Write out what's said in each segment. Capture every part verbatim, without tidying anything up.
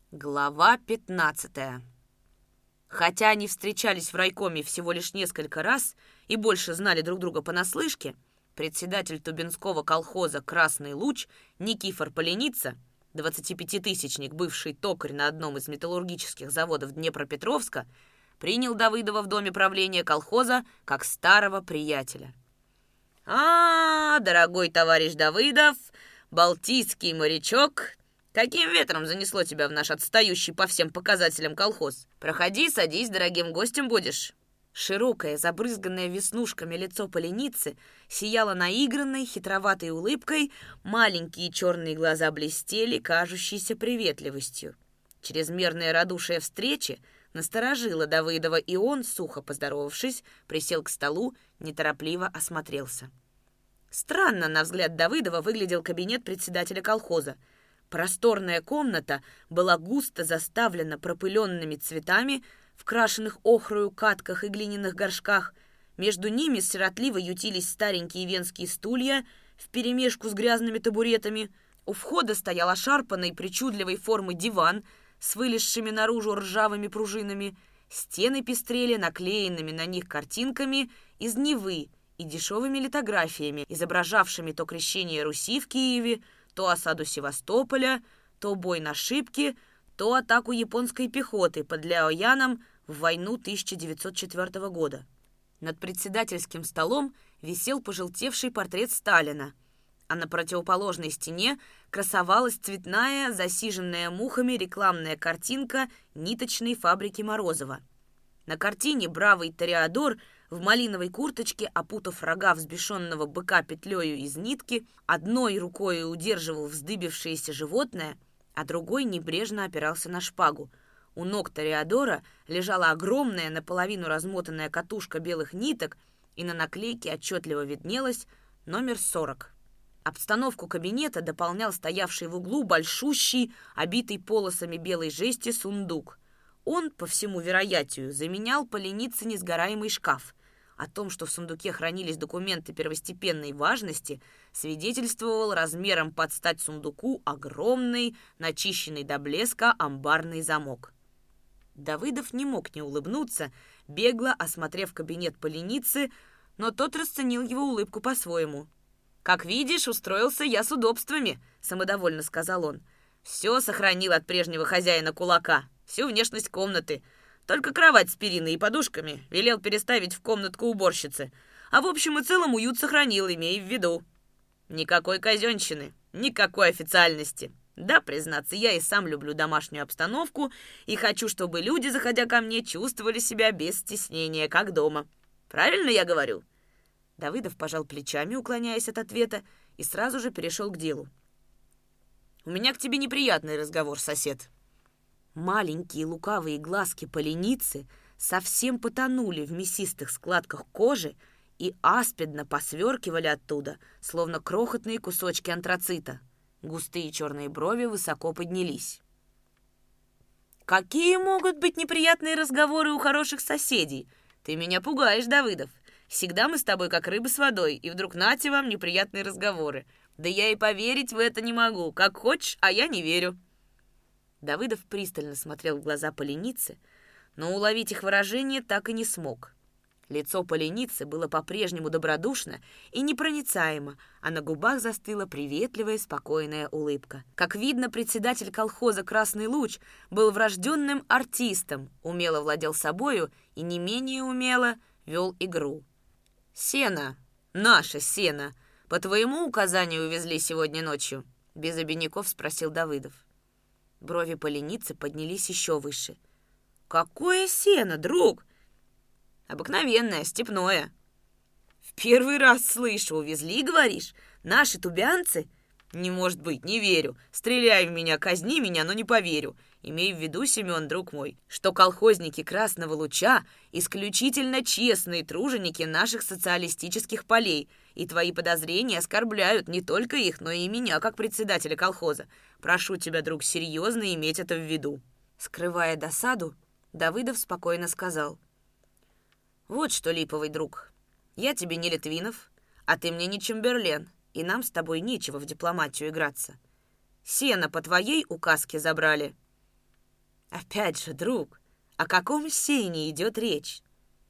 Глава пятнадцатая. Хотя они встречались в райкоме всего лишь несколько раз и больше знали друг друга понаслышке, председатель Тубинского колхоза «Красный луч» Никифор Поленица, двадцатипятитысячник, бывший токарь на одном из металлургических заводов Днепропетровска, принял Давыдова в доме правления колхоза как старого приятеля. «А, дорогой товарищ Давыдов, балтийский морячок, каким ветром занесло тебя в наш отстающий по всем показателям колхоз? Проходи, садись, дорогим гостем будешь». Широкое, забрызганное веснушками лицо Поленицы сияло наигранной, хитроватой улыбкой, маленькие черные глаза блестели, кажущейся приветливостью. Чрезмерное радушие встречи насторожило Давыдова, и он, сухо поздоровавшись, присел к столу, неторопливо осмотрелся. Странно, на взгляд Давыдова, выглядел кабинет председателя колхоза. Просторная комната была густо заставлена пропыленными цветами в крашенных охрою катках и глиняных горшках. Между ними сиротливо ютились старенькие венские стулья вперемешку с грязными табуретами. У входа стоял ошарпанный причудливой формы диван с вылезшими наружу ржавыми пружинами. Стены пестрели наклеенными на них картинками из Невы и дешевыми литографиями, изображавшими то крещение Руси в Киеве, то осаду Севастополя, то бой на Шипке, то атаку японской пехоты под Ляояном в войну тысяча девятьсот четвёртого года. Над председательским столом висел пожелтевший портрет Сталина, а на противоположной стене красовалась цветная, засиженная мухами рекламная картинка ниточной фабрики Морозова. На картине бравый тореадор в малиновой курточке, опутав рога взбешенного быка петлею из нитки, одной рукой удерживал вздыбившееся животное, а другой небрежно опирался на шпагу. У ног тореадора лежала огромная, наполовину размотанная катушка белых ниток, и на наклейке отчетливо виднелось номер сорок. Обстановку кабинета дополнял стоявший в углу большущий, обитый полосами белой жести сундук. Он, по всему вероятию, заменял Поленице несгораемый шкаф. О том, что в сундуке хранились документы первостепенной важности, свидетельствовал размером под стать сундуку огромный, начищенный до блеска амбарный замок. Давыдов не мог не улыбнуться, бегло осмотрев кабинет Поленицы, но тот расценил его улыбку по-своему. «Как видишь, устроился я с удобствами», — самодовольно сказал он. «Все сохранил от прежнего хозяина кулака, всю внешность комнаты. Только кровать с периной и подушками велел переставить в комнатку уборщицы. А в общем и целом уют сохранил, имей в виду. Никакой казенщины, никакой официальности. Да, признаться, я и сам люблю домашнюю обстановку и хочу, чтобы люди, заходя ко мне, чувствовали себя без стеснения, как дома. Правильно я говорю?» Давыдов пожал плечами, уклоняясь от ответа, и сразу же перешел к делу. «У меня к тебе неприятный разговор, сосед». Маленькие лукавые глазки Поленицы совсем потонули в мясистых складках кожи и аспидно посверкивали оттуда, словно крохотные кусочки антрацита. Густые черные брови высоко поднялись. «Какие могут быть неприятные разговоры у хороших соседей? Ты меня пугаешь, Давыдов. Всегда мы с тобой как рыба с водой, и вдруг нате вам неприятные разговоры. Да я и поверить в это не могу. Как хочешь, а я не верю». Давыдов пристально смотрел в глаза Поленицы, но уловить их выражение так и не смог. Лицо Поленицы было по-прежнему добродушно и непроницаемо, а на губах застыла приветливая, спокойная улыбка. Как видно, председатель колхоза «Красный луч» был врожденным артистом, умело владел собою и не менее умело вел игру. «Сено, наше сено, по твоему указанию увезли сегодня ночью?» — без обиняков спросил Давыдов. Брови Поленицы поднялись еще выше. «Какое сено, друг?» «Обыкновенное, степное». «В первый раз слышу, увезли, говоришь? Наши тубянцы?» «Не может быть, не верю. Стреляй в меня, казни меня, но не поверю. Имей в виду, Семен, друг мой, что колхозники Красного Луча исключительно честные труженики наших социалистических полей, и твои подозрения оскорбляют не только их, но и меня, как председателя колхоза. Прошу тебя, друг, серьезно иметь это в виду». Скрывая досаду, Давыдов спокойно сказал: «Вот что, липовый друг, я тебе не Литвинов, а ты мне не Чемберлен, и нам с тобой нечего в дипломатию играться. Сено по твоей указке забрали». Опять же, друг, о каком сене идет речь?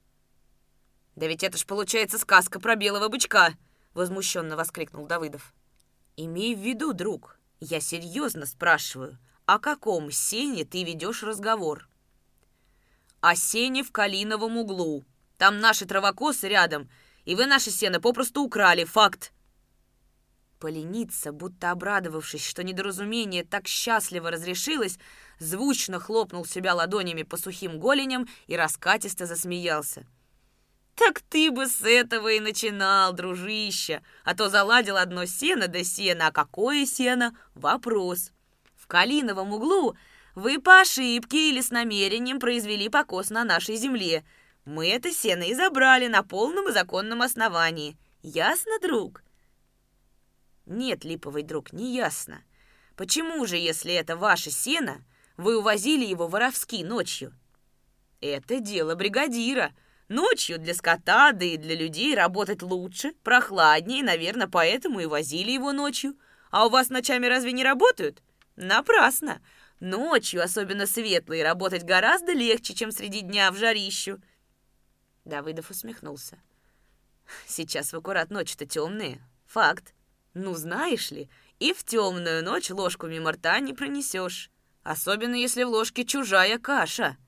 Да ведь это ж получается сказка про белого бычка, возмущенно воскликнул Давыдов. Имей в виду, друг, я серьезно спрашиваю, о каком сене ты ведешь разговор? О сене в Калиновом углу. Там наши травокосы рядом, и вы наше сено попросту украли, факт. Поленица, будто обрадовавшись, что недоразумение так счастливо разрешилось, звучно хлопнул себя ладонями по сухим голеням и раскатисто засмеялся. «Так ты бы с этого и начинал, дружище, а то заладил одно сено да сено, а какое сено? Вопрос. В Калиновом углу вы по ошибке или с намерением произвели покос на нашей земле. Мы это сено и забрали на полном и законном основании. Ясно, друг?» «Нет, липовый друг, не ясно. Почему же, если это ваше сено, вы увозили его воровски ночью?» «Это дело бригадира. Ночью для скота, да и для людей работать лучше, прохладнее, наверное, поэтому и возили его ночью. А у вас ночами разве не работают? Напрасно. Ночью, особенно светлые, работать гораздо легче, чем среди дня в жарищу». Давыдов усмехнулся. «Сейчас в аккурат ночи-то темные. Факт. Ну, знаешь ли, и в темную ночь ложку мимо рта не пронесешь. Особенно, если в ложке чужая каша.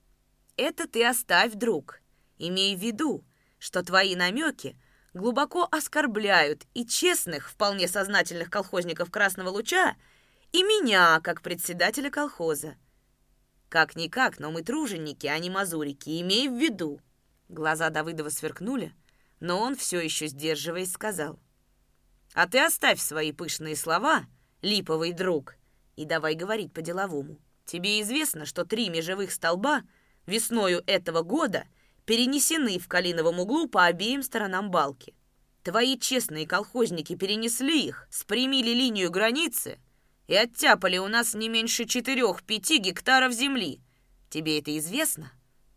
Это ты оставь, друг. Имей в виду, что твои намеки глубоко оскорбляют и честных, вполне сознательных колхозников Красного Луча, и меня, как председателя колхоза. Как-никак, но мы труженики, а не мазурики, имей в виду». Глаза Давыдова сверкнули, но он, все еще сдерживаясь, сказал: «А ты оставь свои пышные слова, липовый друг, и давай говорить по-деловому. Тебе известно, что три межевых столба весною этого года перенесены в Калиновом углу по обеим сторонам балки. Твои честные колхозники перенесли их, спрямили линию границы и оттяпали у нас не меньше четырех-пяти гектаров земли. Тебе это известно?»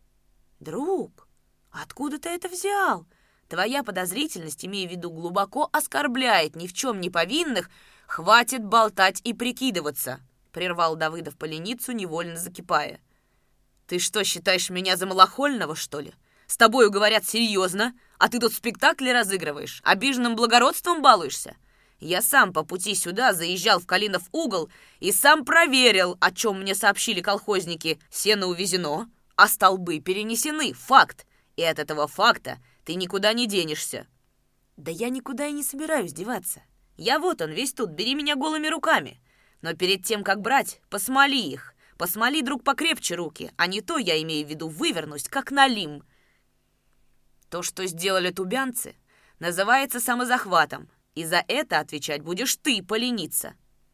«Друг, откуда ты это взял? Твоя подозрительность, имея в виду, глубоко оскорбляет ни в чем не повинных. Хватит болтать и прикидываться», — прервал Давыдов поленицу, невольно закипая. «Ты что, считаешь меня за малохольного, что ли? С тобою говорят серьезно, а ты тут спектакли разыгрываешь, обиженным благородством балуешься. Я сам по пути сюда заезжал в Калинов угол и сам проверил, о чем мне сообщили колхозники. Сено увезено, а столбы перенесены. Факт. И от этого факта ты никуда не денешься». «Да я никуда и не собираюсь деваться. Я вот он весь тут, бери меня голыми руками. Но перед тем, как брать, посмоли их. Посмоли, друг, покрепче руки, а не то, я имею в виду, вывернусь, как налим. То, что сделали тубянцы, называется самозахватом, и за это отвечать будешь ты, поленица».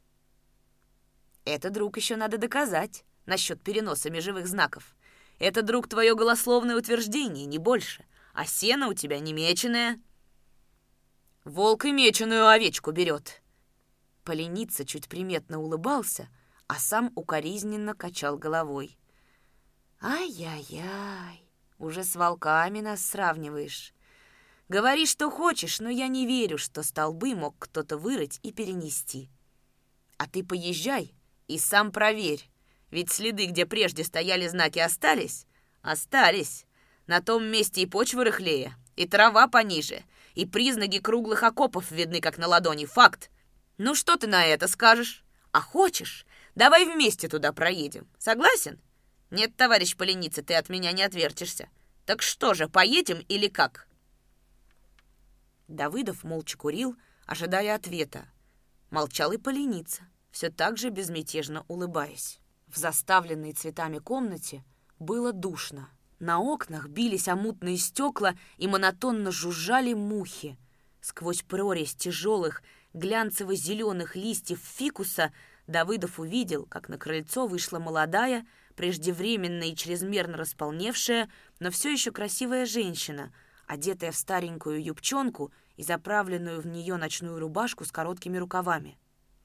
«Это, друг, еще надо доказать насчет переноса межевых знаков. Это, друг, твое голословное утверждение, не больше, а сено у тебя не меченое». «Волк и меченую овечку берет». Поленица чуть приметно улыбался, а сам укоризненно качал головой. «Ай-яй-яй, уже с волками нас сравниваешь. Говори, что хочешь, но я не верю, что столбы мог кто-то вырыть и перенести. А ты поезжай и сам проверь, ведь следы, где прежде стояли знаки, остались? Остались. На том месте и почва рыхлее, и трава пониже, и признаки круглых окопов видны, как на ладони. Факт. Ну что ты на это скажешь? А хочешь, давай вместе туда проедем. Согласен? Нет, товарищ поленица, ты от меня не отвертишься. Так что же, поедем или как?» Давыдов молча курил, ожидая ответа. Молчал и поленица, все так же безмятежно улыбаясь. В заставленной цветами комнате было душно. На окнах бились о мутные стекла и монотонно жужжали мухи. Сквозь прорезь тяжелых, глянцево-зеленых листьев фикуса Давыдов увидел, как на крыльцо вышла молодая, преждевременно и чрезмерно располневшая, но все еще красивая женщина, одетая в старенькую юбчонку и заправленную в нее ночную рубашку с короткими рукавами.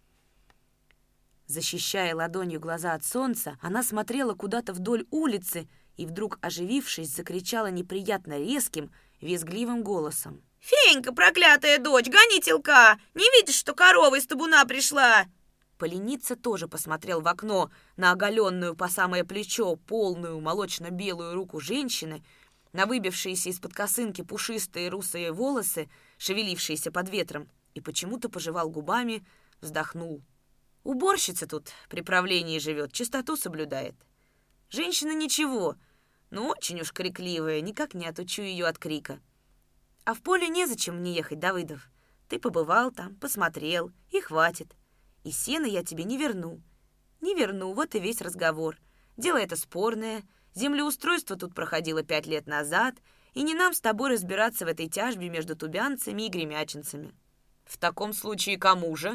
Защищая ладонью глаза от солнца, она смотрела куда-то вдоль улицы и вдруг, оживившись, закричала неприятно резким, визгливым голосом: «Фенька, проклятая дочь, гони телка! Не видишь, что корова из табуна пришла?» Поленица тоже посмотрел в окно на оголенную по самое плечо полную молочно-белую руку женщины, на выбившиеся из-под косынки пушистые русые волосы, шевелившиеся под ветром, и почему-то пожевал губами, вздохнул. Уборщица тут при правлении живет, чистоту соблюдает. Женщина ничего, но очень уж крикливая, никак не отучу ее от крика. А в поле незачем мне ехать, Давыдов. Ты побывал там, посмотрел, и хватит. И сено я тебе не верну. Не верну, вот и весь разговор. Дело это спорное. Землеустройство тут проходило пять лет назад, и не нам с тобой разбираться в этой тяжбе между тубянцами и гремячинцами. В таком случае кому же?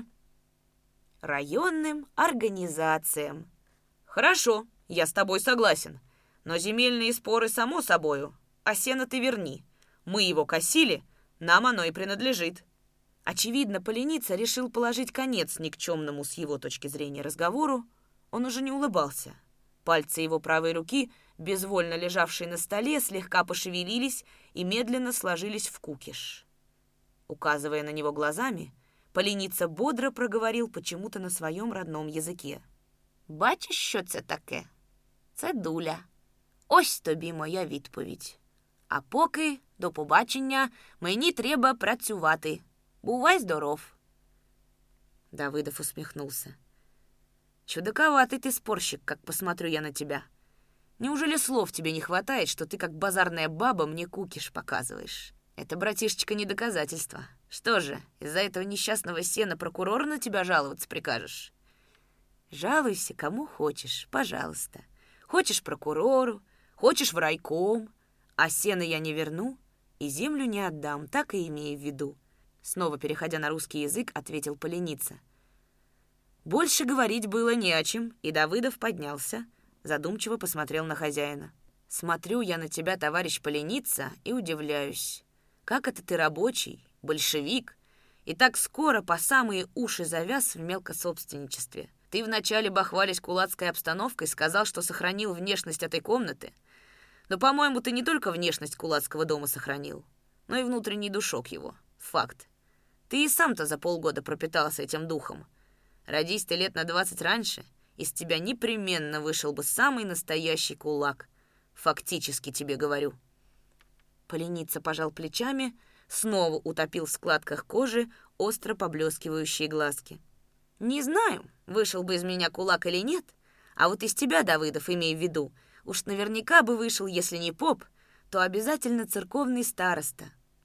Районным организациям. Хорошо, я с тобой согласен. Но земельные споры само собою, а сено ты верни. Мы его косили, нам оно и принадлежит. Очевидно, Поленица решил положить конец никчемному с его точки зрения разговору. Он уже не улыбался. Пальцы его правой руки, безвольно лежавшие на столе, слегка пошевелились и медленно сложились в кукиш. Указывая на него глазами, Поленица бодро проговорил почему-то на своем родном язике. «Бачиш, що це таке? Це дуля. Ось тобі моя відповідь. А поки, до побачення, мені треба працювати. Бувай здоров». Давыдов усмехнулся. «Чудаковатый ты спорщик, как посмотрю я на тебя. Неужели слов тебе не хватает, что ты, как базарная баба, мне кукиш показываешь? Это, братишечка, не доказательство. Что же, из-за этого несчастного сена прокурора на тебя жаловаться прикажешь? Жалуйся кому хочешь, пожалуйста. Хочешь прокурору, хочешь в райком, а сено я не верну и землю не отдам, так и имею в виду». Снова переходя на русский язык, ответил Поленица. Больше говорить было не о чем, и Давыдов поднялся, задумчиво посмотрел на хозяина. «Смотрю я на тебя, товарищ Поленица, и удивляюсь. Как это ты рабочий, большевик, и так скоро по самые уши завяз в мелкособственничестве? Ты вначале, бахвалясь кулацкой обстановкой, сказал, что сохранил внешность этой комнаты. Но, по-моему, ты не только внешность кулацкого дома сохранил, но и внутренний душок его. Факт. Ты и сам-то за полгода пропитался этим духом. Родись ты лет на двадцать раньше, из тебя непременно вышел бы самый настоящий кулак. Фактически тебе говорю». Поленица пожал плечами, снова утопил в складках кожи остро поблескивающие глазки. «Не знаю, вышел бы из меня кулак или нет, а вот из тебя, Давыдов, имей в виду, уж наверняка бы вышел, если не поп, то обязательно церковный староста».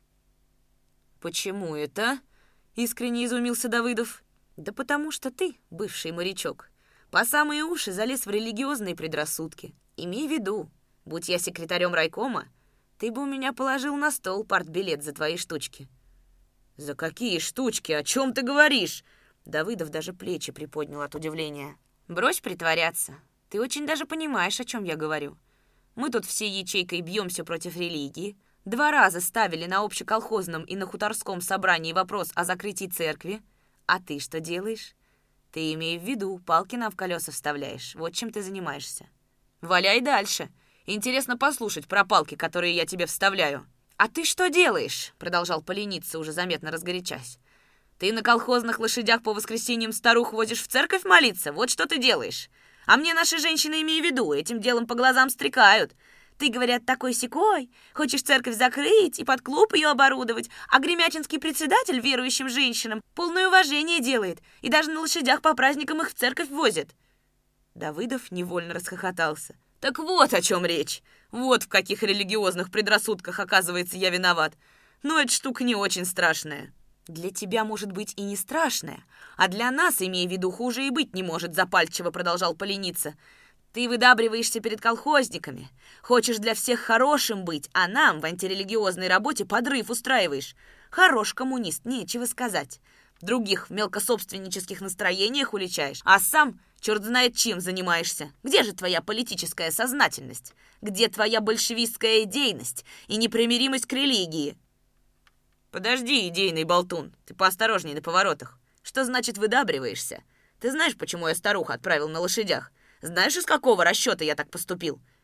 «Почему это?» — искренне изумился Давыдов. «Да потому что ты, бывший морячок, по самые уши залез в религиозные предрассудки. Имей в виду, будь я секретарем райкома, ты бы у меня положил на стол партбилет за твои штучки». «За какие штучки? О чем ты говоришь?» Давыдов даже плечи приподнял от удивления. «Брось притворяться. Ты очень даже понимаешь, о чем я говорю. Мы тут всей ячейкой бьемся против религии. Два раза ставили на общеколхозном и на хуторском собрании вопрос о закрытии церкви. А ты что делаешь? Ты, имей в виду, палки нам в колеса вставляешь. Вот чем ты занимаешься. Валяй дальше. Интересно послушать про палки, которые я тебе вставляю». «А ты что делаешь?» — продолжал Поленица, уже заметно разгорячась. «Ты на колхозных лошадях по воскресеньям старух возишь в церковь молиться? Вот что ты делаешь. А мне наши женщины, имей в виду, этим делом по глазам стрекают. Ты, говорят, такой-сякой, хочешь церковь закрыть и под клуб ее оборудовать, а гремячинский председатель верующим женщинам полное уважение делает и даже на лошадях по праздникам их в церковь возит». Давыдов невольно расхохотался. «Так вот о чем речь. Вот в каких религиозных предрассудках, оказывается, я виноват. Но эта штука не очень страшная». «Для тебя, может быть, и не страшная, а для нас, имея в виду, хуже и быть не может», — запальчиво продолжал Поленица. «Ты выдабриваешься перед колхозниками, хочешь для всех хорошим быть, а нам в антирелигиозной работе подрыв устраиваешь. Хорош коммунист, нечего сказать. Других в мелкособственнических настроениях уличаешь, а сам черт знает чем занимаешься. Где же твоя политическая сознательность? Где твоя большевистская идейность и непримиримость к религии?» «Подожди, идейный болтун, ты поосторожней на поворотах. Что значит выдабриваешься? Ты знаешь, почему я старуху отправил на лошадях? Знаешь, из какого расчета я так поступил?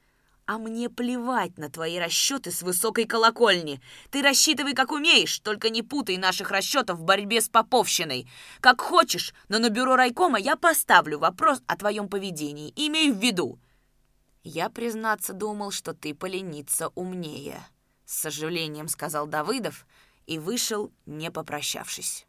А мне плевать на твои расчеты с высокой колокольни. Ты рассчитывай, как умеешь, только не путай наших расчетов в борьбе с поповщиной. Как хочешь, но на бюро райкома я поставлю вопрос о твоем поведении. Имей в виду. Я, признаться, думал, что ты полениться умнее. С сожалением сказал Давыдов и вышел, не попрощавшись.